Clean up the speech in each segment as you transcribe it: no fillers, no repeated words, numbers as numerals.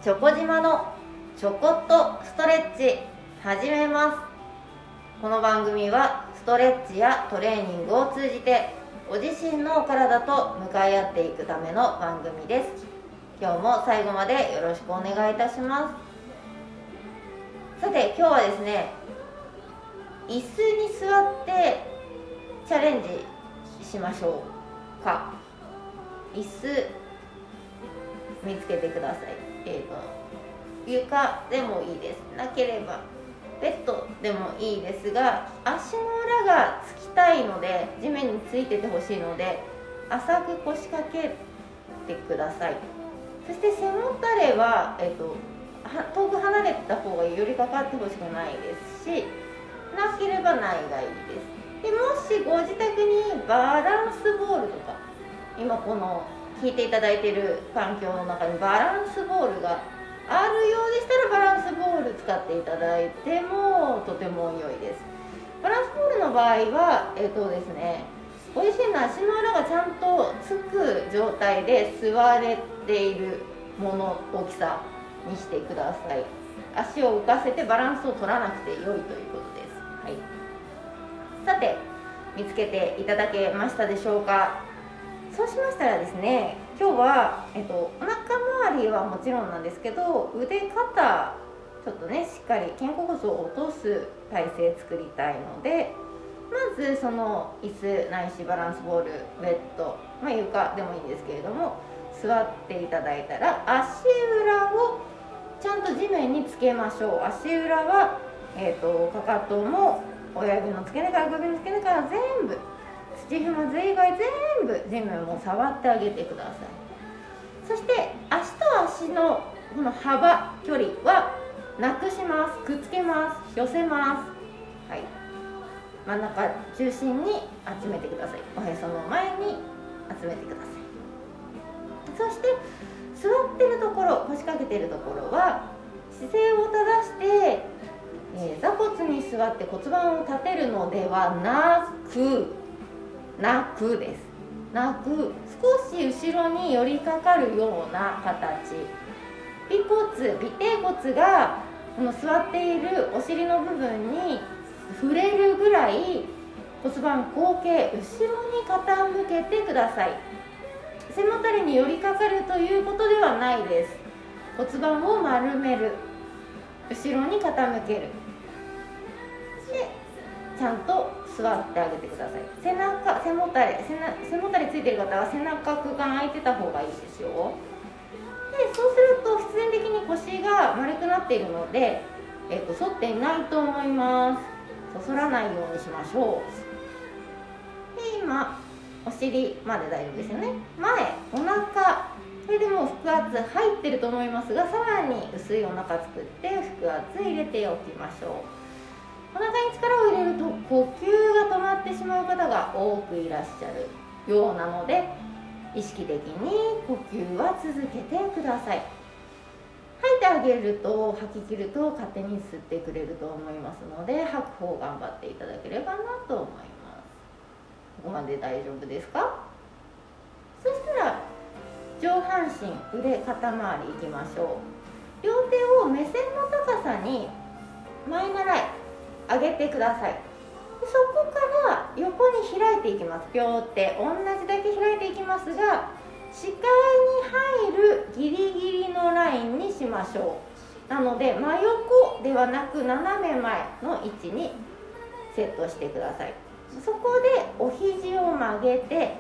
チョコ島のちょこっとストレッチ始めます。この番組はストレッチやトレーニングを通じてご自身の体と向かい合っていくための番組です。今日も最後までよろしくお願いいたします。さて今日はですね、椅子に座ってチャレンジしましょうか。椅子見つけてください。床でもいいです。なければベッドでもいいですが、足の裏がつきたいので、地面についててほしいので浅く腰掛けてください。そして背もたれは、遠く離れた方が寄りかかってほしくないですし、なければないがいいです。でもしご自宅にバランスボールとか、今この聞いていただいている環境の中にバランスボールがあるようでしたら、バランスボール使っていただいてもとても良いです。バランスボールの場合はですね、ご自身の足の裏がちゃんとつく状態で座れているもの大きさにしてください。足を浮かせてバランスを取らなくて良いということです。はい、さて見つけていただけましたでしょうか。そうしましたらですね、今日は、お腹周りはもちろんなんですけど、腕肩ちょっとね、しっかり肩甲骨を落とす体勢作りたいので、まずその椅子ないしバランスボール、ベッド、床でもいいんですけれども、座っていただいたら足裏をちゃんと地面につけましょう。足裏は、かかとも親指の付け根から首の付け根から全部、土踏まず以外全部地面を触ってあげてください。そして足と足のこの幅、距離はなくします。くっつけます。寄せます。はい、真ん中中心に集めてください。おへその前に集めてください。そして座ってるところ、腰掛けてるところは姿勢を正して、座骨に座って骨盤を立てるのではなくです。なく、少し後ろに寄りかかるような形。尾てい骨がこの座っているお尻の部分に触れるぐらい骨盤後傾、後ろに傾けてください。背もたれに寄りかかるということではないです。骨盤を丸める、後ろに傾ける。でちゃんと座ってあげてください。背もたれついてる方は背中空間空いてた方がいいですよ。でそうすると必然的に腰が丸くなっているので、反っていないと思います。そそらないようにしましょう。で今お尻まで大丈夫ですよね。前、お腹、それでもう腹圧入ってると思いますが、さらに薄いお腹作って腹圧入れておきましょう。お腹に力を入れると呼吸が止まってしまう方が多くいらっしゃるようなので、意識的に呼吸は続けてください。吐いてあげると、吐き切ると勝手に吸ってくれると思いますので、吐く方頑張っていただければなと思います。ここまで大丈夫ですか？そしたら上半身、腕、肩周りいきましょう。両手を目線の高さに前習い上げてください。そこから横に開いていきます。両手同じだけ開いていきますが、視界に入るギリギリのラインにしましょう。なので真横ではなく斜め前の位置にセットしてください。そこでお肘を曲げて、で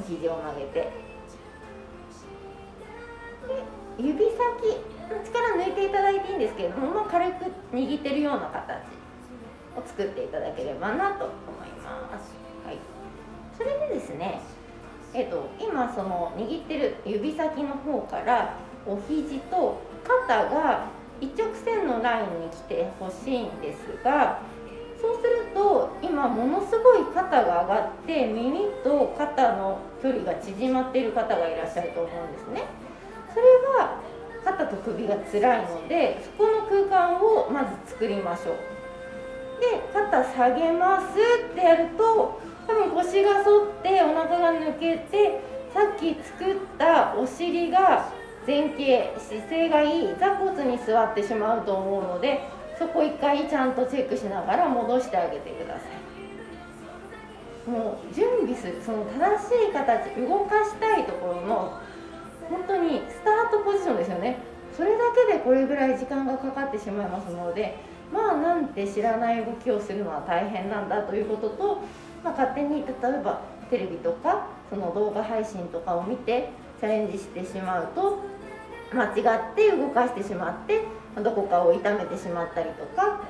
指先、力抜いていただいていいんですけれども、軽く握ってるような形を作っていただければなと思います。はい、それでですね、今その握ってる指先の方からお肘と肩が一直線のラインに来てほしいんですが、そうすると今ものすごい肩が上がって耳と肩の距離が縮まっている方がいらっしゃると思うんですね。それは肩と首が辛いので、そこの空間をまず作りましょう。で肩下げますってやると、多分腰が反ってお腹が抜けて、さっき作ったお尻が前傾姿勢がいい座骨に座ってしまうと思うので、そこ一回ちゃんとチェックしながら戻してあげてください。もう準備するその正しい形、動かしたいところの本当にスタートポジションですよね。それだけでこれぐらい時間がかかってしまいますので、なんて知らない動きをするのは大変なんだということと、勝手に例えばテレビとかその動画配信とかを見てチャレンジしてしまうと、間違って動かしてしまってどこかを痛めてしまったりとか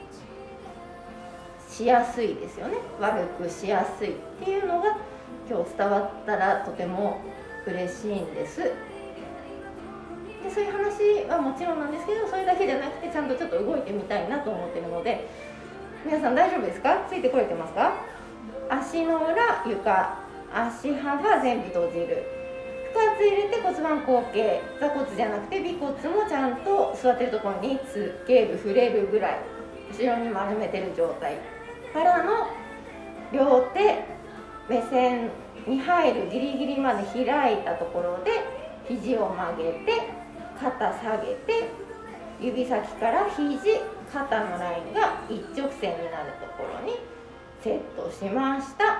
しやすいですよね。悪くしやすいっていうのが今日伝わったらとても嬉しいんです。でそういう話はもちろんなんですけど、それだけじゃなくてちゃんとちょっと動いてみたいなと思ってるので、皆さん大丈夫ですか？ついてこれてますか？足の裏、床、足幅全部閉じる、腹圧入れて骨盤後傾、座骨じゃなくて尾骨もちゃんと座ってるところにつける、触れるぐらい後ろに丸めてる状態からの両手目線に入るギリギリまで開いたところで肘を曲げて肩下げて、指先から肘、肩のラインが一直線になるところにセットしました。はい、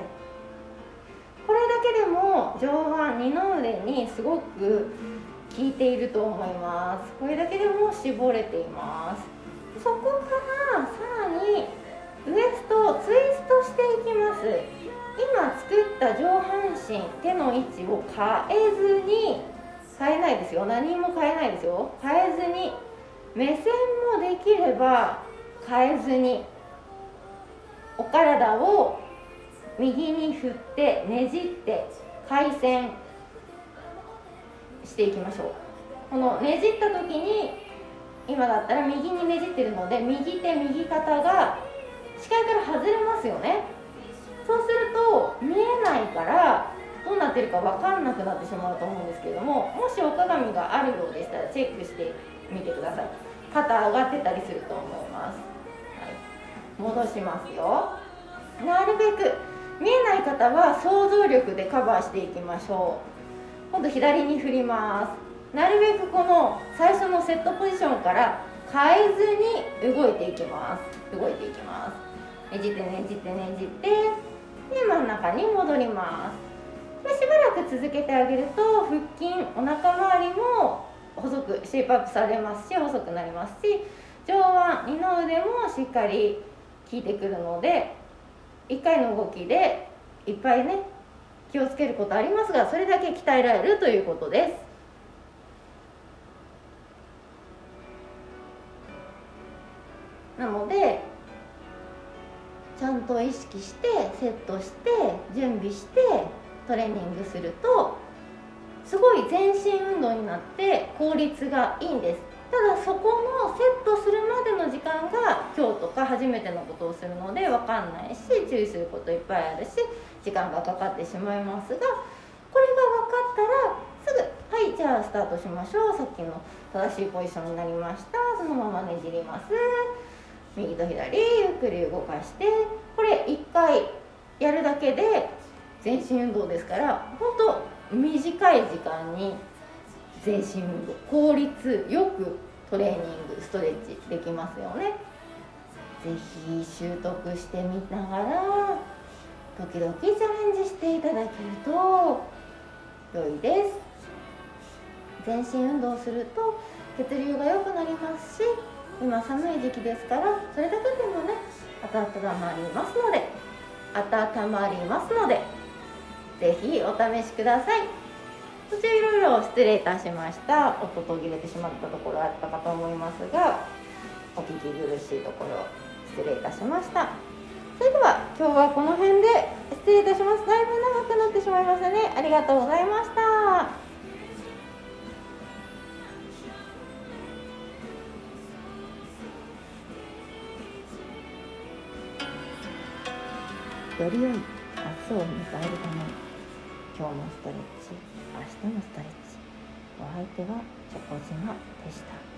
これだけでも上腕二の腕にすごく効いていると思います。これだけでも絞れています。そこからさらにウエストをツイストしていきます。今作った上半身、手の位置を変えずに、変えないですよ、何も変えないですよ、変えずに、目線もできれば変えずに、お体を右に振ってねじって回旋していきましょう。このねじった時に、今だったら右にねじってるので右手右肩が視界から外れますよね。そうすると見えないからどうなってるか分かんなくなってしまうと思うんですけれども、もしお鏡があるようでしたらチェックしてみてください。肩上がってたりすると思います。戻しますよ。なるべく見えない方は想像力でカバーしていきましょう。今度左に振ります。なるべくこの最初のセットポジションから変えずに動いていきます。動いていきます。ねじってねじってねじって、で真ん中に戻ります。でしばらく続けてあげると腹筋、お腹周りも細くシェイプアップされますし、細くなりますし、上腕二の腕もしっかり効いてくるので、1回の動きでいっぱいね気をつけることありますが、それだけ鍛えられるということです。なのでちゃんと意識してセットして準備してトレーニングするとすごい全身運動になって効率がいいんです。ただそこのセットするまでの時間が今日とか初めてのことをするので分かんないし、注意することいっぱいあるし、時間がかかってしまいますが、これが分かったらすぐはい、じゃあスタートしましょう。さっきの正しいポジションになりました。そのままねじります。右と左ゆっくり動かして、これ1回やるだけで全身運動ですから、本当短い時間に全身運動、効率よくトレーニング、ストレッチできますよね。ぜひ習得してみながら時々チャレンジしていただけると良いです。全身運動すると血流が良くなりますし、今寒い時期ですから、それだけでもね温まりますので、ぜひお試しください。途中いろいろ失礼いたしました。音途切れてしまったところあったかと思いますが、お聞き苦しいところ失礼いたしました。それでは今日はこの辺で失礼いたします。だいぶ長くなってしまいましたね。ありがとうございました。より良い明日を迎えるために、今日もストレッチ、明日もストレッチ。お相手はチョコ島でした。